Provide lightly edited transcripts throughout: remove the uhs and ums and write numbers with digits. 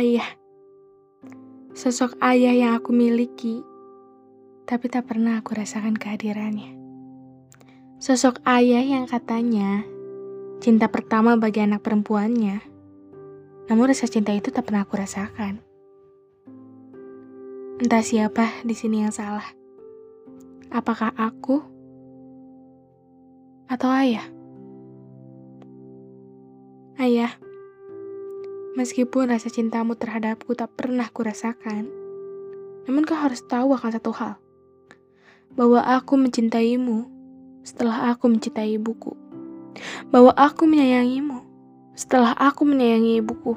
Ayah, sosok ayah yang aku miliki, tapi tak pernah aku rasakan kehadirannya. Sosok ayah yang katanya cinta pertama bagi anak perempuannya, namun rasa cinta itu tak pernah aku rasakan. Entah siapa di sini yang salah. Apakah aku atau ayah? Ayah, meskipun rasa cintamu terhadapku tak pernah kurasakan, namun kau harus tahu akan satu hal, bahwa aku mencintaimu setelah aku mencintai ibuku, bahwa aku menyayangimu setelah aku menyayangi ibuku.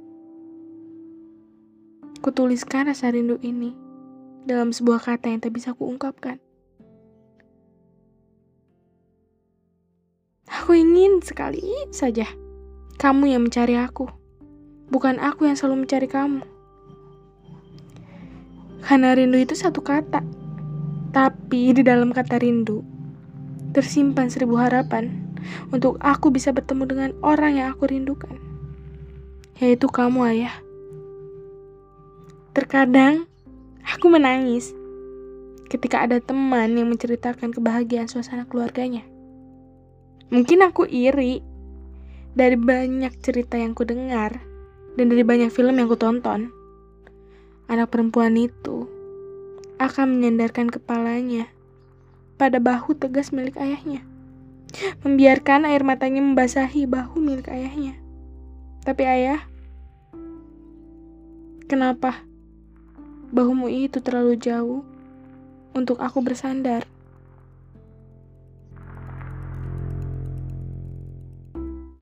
Kutuliskan rasa rindu ini dalam sebuah kata yang tak bisa kuungkapkan. Aku ingin sekali saja kamu yang mencari aku, bukan aku yang selalu mencari kamu. Karena rindu itu satu kata, tapi di dalam kata rindu tersimpan 1000 harapan untuk aku bisa bertemu dengan orang yang aku rindukan, yaitu kamu, ayah. Terkadang aku menangis ketika ada teman yang menceritakan kebahagiaan suasana keluarganya. Mungkin aku iri dari banyak cerita yang kudengar dan dari banyak film yang kutonton. Anak perempuan itu akan menyandarkan kepalanya pada bahu tegas milik ayahnya, membiarkan air matanya membasahi bahu milik ayahnya. Tapi ayah, kenapa bahumu itu terlalu jauh untuk aku bersandar?